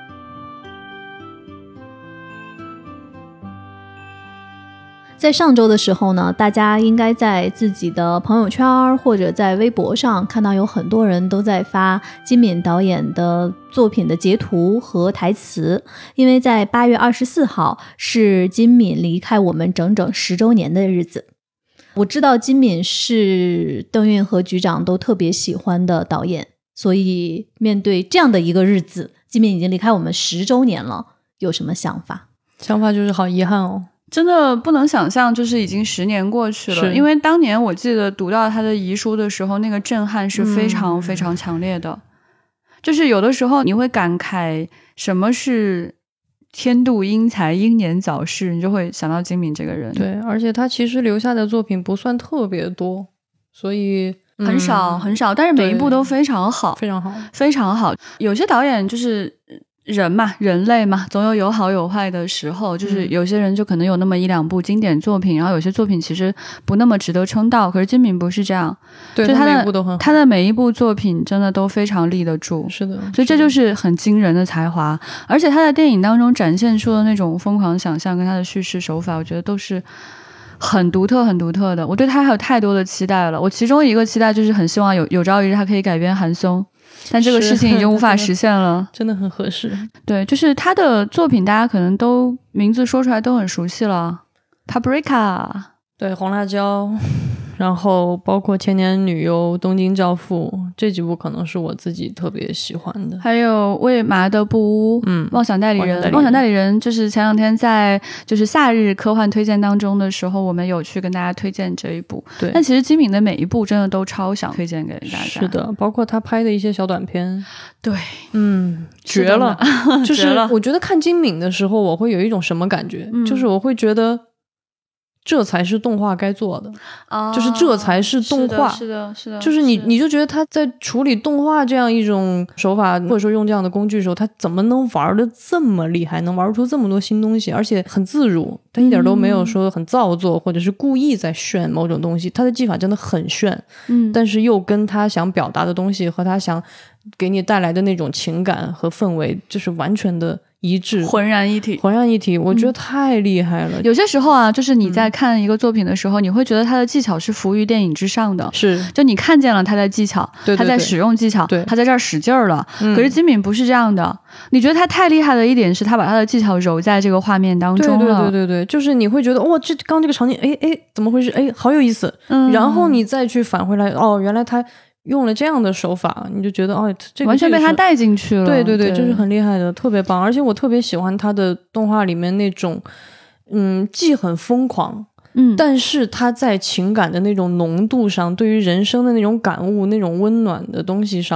在上周的时候呢，大家应该在自己的朋友圈或者在微博上看到有很多人都在发金敏导演的作品的截图和台词，因为在8月24号是金敏离开我们整整10周年的日子。我知道金敏是邓运和局长都特别喜欢的导演，所以面对这样的一个日子，金敏已经离开我们10周年了，有什么想法？ 想法就是好遗憾哦， 真的不能想象，就是已经10年过去了。因为当年我记得读到他的遗书的时候，那个震撼是非常非常强烈的。就是有的时候你会感慨什么是天妒英才英年早逝，你就会想到金敏这个人。 对，而且他其实留下的作品不算特别多，所以很少很少，但是每一部都非常好， 非常好， 非常好。有些导演就是人嘛，人类嘛，总有好有坏的时候，就是有些人就可能有那么1-2部经典作品，然后有些作品其实不那么值得称道，可是金敏不是这样， 对， 就他每一部都很好， 他的每一部作品真的都非常立得住， 是的， 所以这就是很惊人的才华。而且他在电影当中展现出的那种疯狂想象跟他的叙事手法，我觉得都是很独特很独特的。我对他还有太多的期待了，我其中一个期待就是很希望有朝一日他可以改编韩松，但这个事情已经无法实现了。 真的很合适。 对，就是他的作品大家可能都名字说出来都很熟悉了， Paprika， 对，红辣椒，然后包括千年女优、东京教父，这几部可能是我自己特别喜欢的。 还有为麻的布屋，妄想代理人。妄想代理人就是前2天在就是夏日科幻推荐当中的时候，我们有去跟大家推荐这一部。 对， 但其实金敏的每一部真的都超想推荐给大家。 是的，包括他拍的一些小短片。 对， 绝了。就是我觉得看金敏的时候，我会有一种什么感觉？就是我会觉得这才是动画该做的，就是这才是动画， 是的， 就是你就觉得他在处理动画这样一种手法，或者说用这样的工具的时候，他怎么能玩的这么厉害，能玩出这么多新东西，而且很自如，他一点都没有说很造作，或者是故意在炫某种东西，他的技法真的很炫，但是又跟他想表达的东西和他想给你带来的那种情感和氛围，就是完全的一致， 浑然一体， 我觉得太厉害了。 有些时候啊，就是你在看一个作品的时候，你会觉得他的技巧是服于电影之上的， 是， 就你看见了他在技巧， 对， 他在使用技巧， 对， 他在这儿使劲儿了。可是金敏不是这样的，你觉得他太厉害的一点是他把他的技巧揉在这个画面当中了。 对，就是你会觉得哇，这刚这个场景，哎，怎么回事？哎，好有意思。然后你再去返回来，哦，原来他用了这样的手法，你就觉得哦，这个完全被他带进去了。 对，这是很厉害的，特别棒。而且我特别喜欢他的动画里面那种，既很疯狂，但是他在情感的那种浓度上，对于人生的那种感悟、那种温暖的东西上，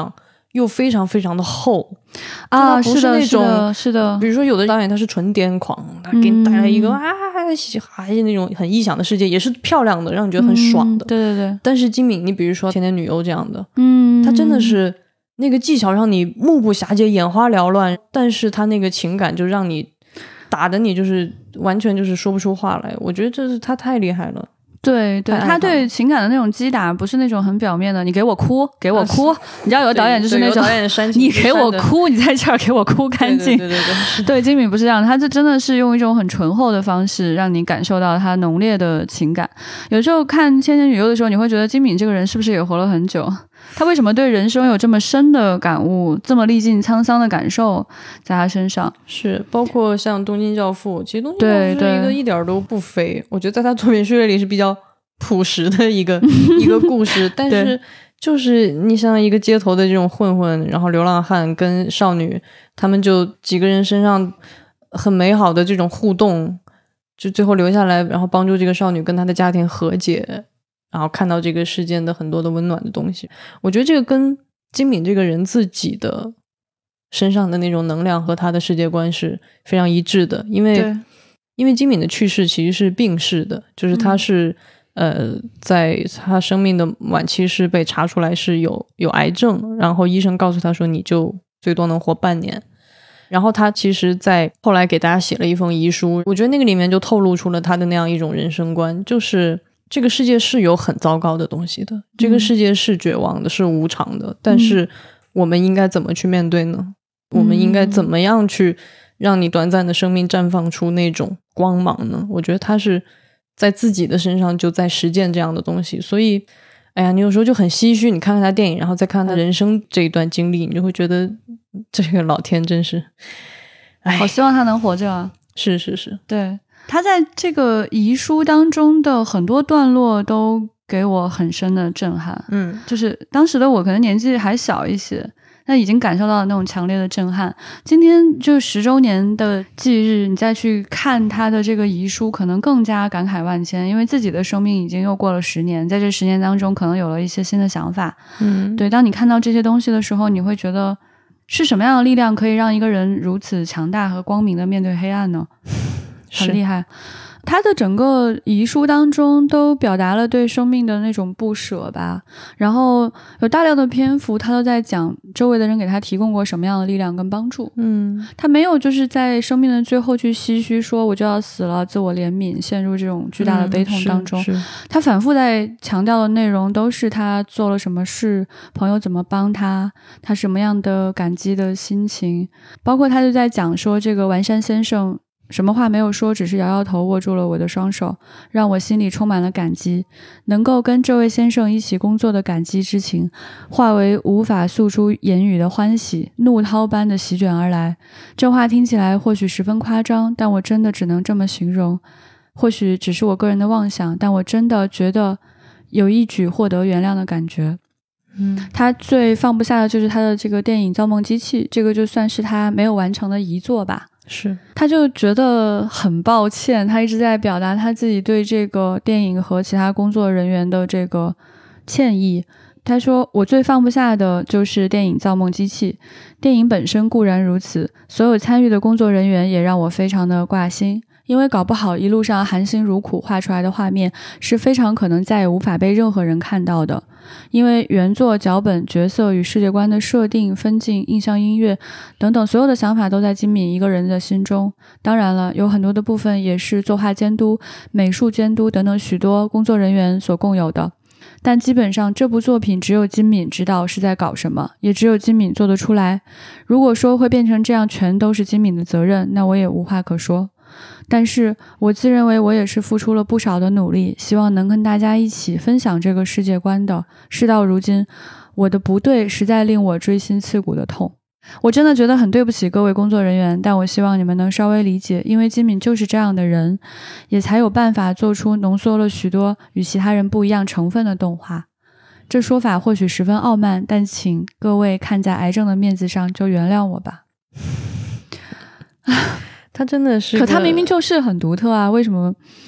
又非常非常的厚啊， 不是那种是的， 比如说有的导演他是纯癫狂，他给你带来一个那种很异想的世界，也是漂亮的，让你觉得很爽的。 对对对。 但是金敏，你比如说《甜甜女优》这样的， 他真的是那个技巧让你目不暇接、眼花缭乱，但是他那个情感就让你打的你就是完全就是说不出话来。我觉得这是他太厉害了。 对对，他对情感的那种击打不是那种很表面的，你给我哭给我哭，你知道有的导演就是那种你给我哭，你在这儿给我哭干净。对，金敏不是这样，他这真的是用一种很醇厚的方式让你感受到他浓烈的情感。有时候看《千年女优》的时候，你会觉得金敏这个人是不是也活了很久，他为什么对人生有这么深的感悟，这么历尽沧桑的感受在他身上。 是包括像《东京教父》，其实《东京教父》是一个一点都不飞，我觉得在他作品序列里是比较朴实的一个故事，但是就是你像一个街头的这种混混，然后流浪汉跟少女，他们就几个人身上很美好的这种互动，就最后留下来，然后帮助这个少女跟她的家庭和解，然后看到这个世间的很多的温暖的东西。我觉得这个跟金敏这个人自己的身上的那种能量和他的世界观是非常一致的，因为金敏的去世其实是病逝的，就是他是在他生命的晚期是被查出来是有癌症，然后医生告诉他说你就最多能活半年。然后他其实在后来给大家写了一封遗书，我觉得那个里面就透露出了他的那样一种人生观，就是这个世界是有很糟糕的东西的，这个世界是绝望的，是无常的，但是我们应该怎么去面对呢？我们应该怎么样去让你短暂的生命绽放出那种光芒呢？我觉得他是在自己的身上就在实践这样的东西，所以哎呀，你有时候就很唏嘘，你看看他电影，然后再看看他人生这一段经历，你就会觉得这个老天真是好希望他能活着啊。 是， 对，他在这个遗书当中的很多段落都给我很深的震撼。就是当时的我可能年纪还小一些，但已经感受到了那种强烈的震撼。今天就10周年的忌日，你再去看他的这个遗书，可能更加感慨万千，因为自己的生命已经又过了10年，在这10年当中可能有了一些新的想法。对，当你看到这些东西的时候，你会觉得是什么样的力量可以让一个人如此强大和光明的面对黑暗呢？很厉害。他的整个遗书当中都表达了对生命的那种不舍吧，然后有大量的篇幅他都在讲周围的人给他提供过什么样的力量跟帮助。他没有就是在生命的最后去唏嘘说我就要死了，自我怜悯，陷入这种巨大的悲痛当中。他反复在强调的内容都是他做了什么事，朋友怎么帮他，他什么样的感激的心情，包括他就在讲说这个丸山先生什么话没有说，只是摇摇头握住了我的双手，让我心里充满了感激，能够跟这位先生一起工作的感激之情化为无法诉出言语的欢喜，怒涛般的席卷而来。这话听起来或许十分夸张，但我真的只能这么形容，或许只是我个人的妄想，但我真的觉得有一举获得原谅的感觉。他最放不下的就是他的这个电影《造梦机器》，这个就算是他没有完成的遗作吧。他就觉得很抱歉，他一直在表达他自己对这个电影和其他工作人员的这个歉意。他说我最放不下的就是电影《造梦机器》，电影本身固然如此，所有参与的工作人员也让我非常的挂心，因为搞不好一路上含辛茹苦画出来的画面是非常可能再也无法被任何人看到的。因为原作、脚本、角色与世界观的设定、分镜、印象、音乐等等所有的想法都在金敏一个人的心中。当然了，有很多的部分也是作画监督、美术监督等等许多工作人员所共有的，但基本上这部作品只有金敏知道是在搞什么，也只有金敏做得出来。如果说会变成这样全都是金敏的责任，那我也无话可说。但是我自认为我也是付出了不少的努力，希望能跟大家一起分享这个世界观的。事到如今，我的不对实在令我锥心刺骨的痛。我真的觉得很对不起各位工作人员，但我希望你们能稍微理解，因为金敏就是这样的人，也才有办法做出浓缩了许多与其他人不一样成分的动画。这说法或许十分傲慢，但请各位看在癌症的面子上就原谅我吧。 他真的是， 可他明明就是很独特啊，为什么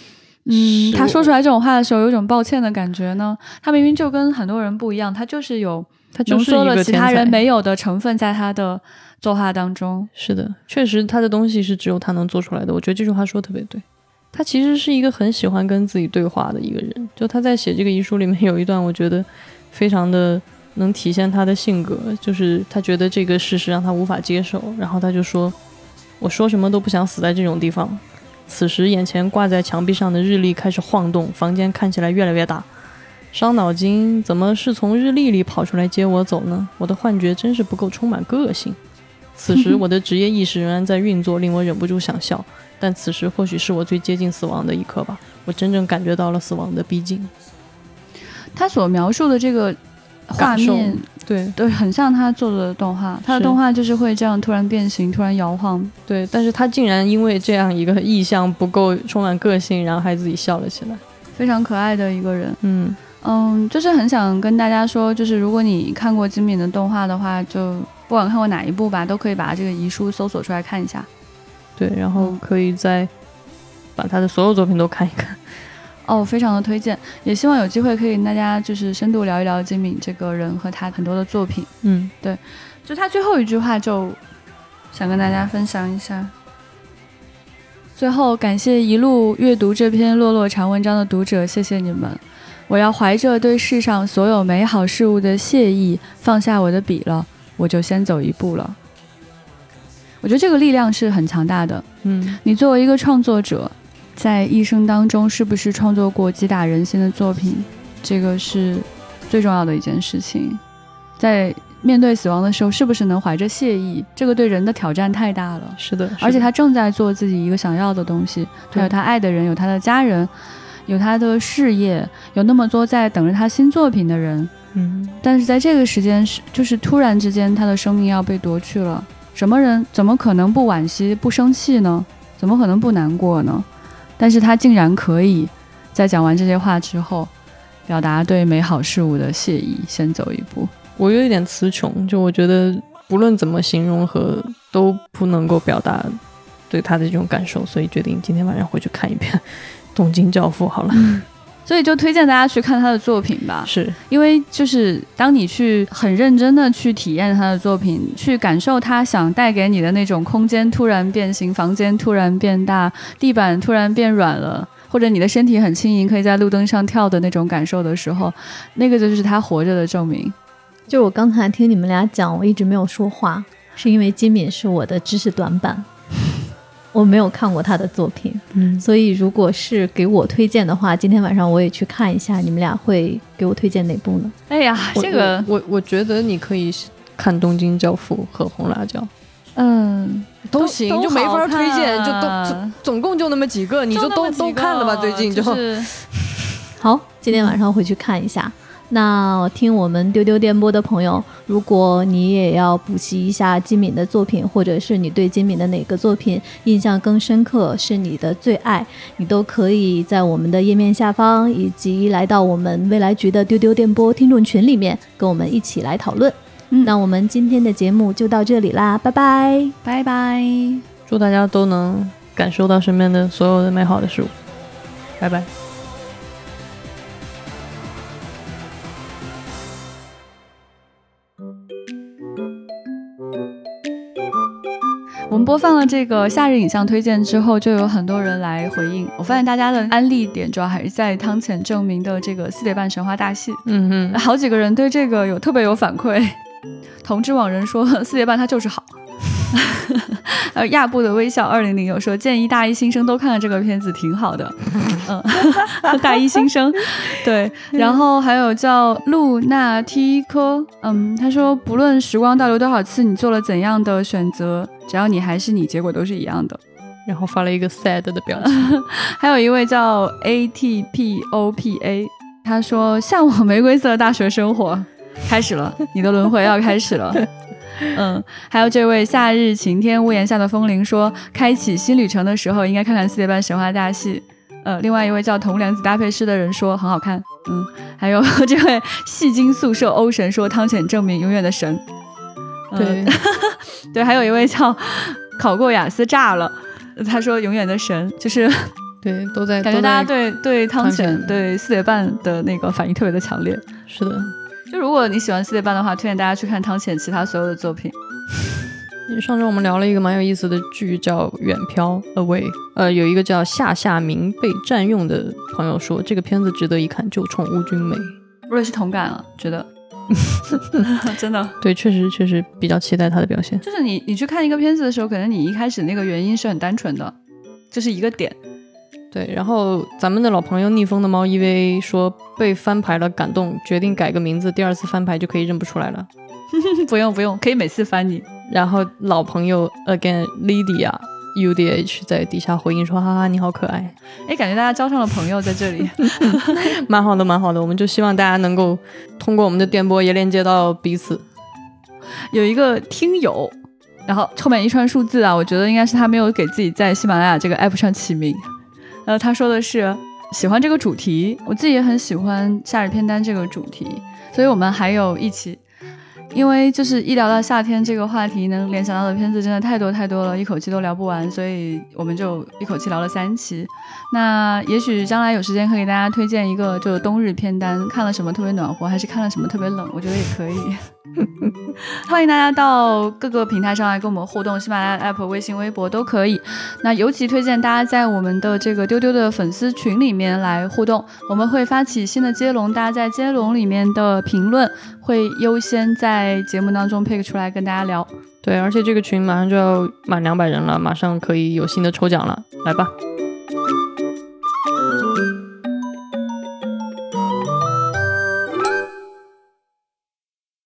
他说出来这种话的时候有一种抱歉的感觉呢，他明明就跟很多人不一样，他就是浓缩了其他人没有的成分在他的作画当中。 是的，确实他的东西是只有他能做出来的，我觉得这句话说特别对。他其实是一个很喜欢跟自己对话的一个人，就他在写这个遗书里面有一段我觉得非常的能体现他的性格，就是他觉得这个事实让他无法接受，然后他就说，我说什么都不想死在这种地方。此时眼前挂在墙壁上的日历开始晃动，房间看起来越来越大，伤脑筋，怎么是从日历里跑出来接我走呢？我的幻觉真是不够充满个性。此时我的职业意识仍然在运作，令我忍不住想笑，但此时或许是我最接近死亡的一刻吧，我真正感觉到了死亡的逼近。 他所描述的这个画面，对，很像他做的动画，他的动画就是会这样突然变形，突然摇晃。 对，但是他竟然因为这样一个意象不够充满个性，然后还自己笑了起来， 非常可爱的一个人。就是很想跟大家说，就是如果你看过金敏的动画的话，就不管看过哪一部吧，都可以把这个遗书搜索出来看一下。对， 然后可以再把他的所有作品都看一看。 非常的推荐，也希望有机会可以跟大家就是深度聊一聊金敏这个人和他很多的作品。对，就他最后一句话就想跟大家分享一下。最后感谢一路阅读这篇落落长文章的读者，谢谢你们。我要怀着对世上所有美好事物的谢意放下我的笔了，我就先走一步了。我觉得这个力量是很强大的。你作为一个创作者，在一生当中是不是创作过击打人心的作品，这个是最重要的一件事情。在面对死亡的时候，是不是能怀着谢意，这个对人的挑战太大了。 是的， 而且他正在做自己一个想要的东西，他有他爱的人，有他的家人，有他的事业，有那么多在等着他新作品的人。但是在这个时间就是突然之间他的生命要被夺去了，什么人怎么可能不惋惜不生气呢？怎么可能不难过呢？但是他竟然可以在讲完这些话之后表达对美好事物的谢意，先走一步。 我有一点词穷，就我觉得不论怎么形容和都不能够表达对他的这种感受，所以决定今天晚上回去看一遍《东京教父》好了。 所以就推荐大家去看他的作品吧， 是因为就是当你去很认真的去体验他的作品，去感受他想带给你的那种空间突然变形，房间突然变大，地板突然变软了，或者你的身体很轻盈，可以在路灯上跳的那种感受的时候，那个就是他活着的证明。 就我刚才听你们俩讲，我一直没有说话，是因为金敏是我的知识短板，我没有看过他的作品。所以如果是给我推荐的话，今天晚上我也去看一下。你们俩会给我推荐哪部呢？ 哎呀，这个我觉得你可以看《东京教父》和《红辣椒》。都行，就没法推荐，就总共就那么几个，你就都看了吧。最近就、 好，今天晚上回去看一下。那听我们丢丢电波的朋友，如果你也要补习一下金敏的作品，或者是你对金敏的哪个作品印象更深刻，是你的最爱，你都可以在我们的页面下方，以及来到我们未来局的丢丢电波听众群里面，跟我们一起来讨论。那我们今天的节目就到这里啦，拜拜， 拜拜， 祝大家都能感受到身边的所有的美好的事物，拜拜。 我们播放了这个夏日影像推荐之后，就有很多人来回应。我发现大家的安利点主要还是在汤浅政明的这个4点半神话大戏。好几个人对这个特别有反馈。同知网人说4点半它就是好。亚布的微笑200有说建议大一新生都看看这个片子挺好的。大一新生对，然后还有叫露娜 T 科，他说不论时光倒流多少次，你做了怎样的选择，只要你还是你，结果都是一样的。 然后发了一个 sad 的表情。 还有一位叫 ATPOPA， 他说向往玫瑰色大学生活开始了，你的轮回要开始了。还有这位夏日晴天屋檐下的风铃说开启新旅程的时候应该看看4点半神话大戏。另外一位叫同良子搭配师的人说很好看。还有这位戏精宿舍欧神说汤浅政明永远的神。 对对，还有一位叫考过雅思炸了，他说永远的神，就是对，都在感觉大家对汤汤浅浅对4点半的那个反应特别的强烈。 是的。 就如果你喜欢4点半的话，推荐大家去看汤浅其他所有的作品。 上周我们聊了一个蛮有意思的剧叫《远漂 Away》，有一个叫夏明被占用的朋友说这个片子值得一看，就冲吴君美。 我也是同感了，觉得真的对，确实比较期待他的表现。 就是你去看一个片子的时候，可能你一开始那个原因是很单纯的，就是一个点。 对，然后咱们的老朋友逆风的猫 EV 说被翻牌了感动，决定改个名字，第二次翻牌就可以认不出来了。 不用，可以每次翻你。 然后老朋友 again Lydia UDH 在底下回应说哈哈你好可爱。 感觉大家交上了朋友在这里。 蛮好的，我们就希望大家能够通过我们的电波也连接到彼此。 有一个听友，然后后面一串数字啊，我觉得应该是他没有给自己在喜马拉雅这个 app 上起名。他说的是喜欢这个主题，我自己也很喜欢夏日片单这个主题，所以我们还有一起，因为就是一聊到夏天这个话题，能联想到的片子真的太多了，一口气都聊不完，所以我们就一口气聊了3期。那也许将来有时间可以给大家推荐一个就是冬日片单，看了什么特别暖和，还是看了什么特别冷，我觉得也可以。欢迎大家到各个平台上来跟我们互动，喜马拉雅 app、微信、微博都可以。那尤其推荐大家在我们的这个丢丢的粉丝群里面来互动，我们会发起新的接龙，大家在接龙里面的评论会优先在节目当中 pick 出来跟大家聊。 对，而且这个群马上就要满200人了，马上可以有新的抽奖了，来吧。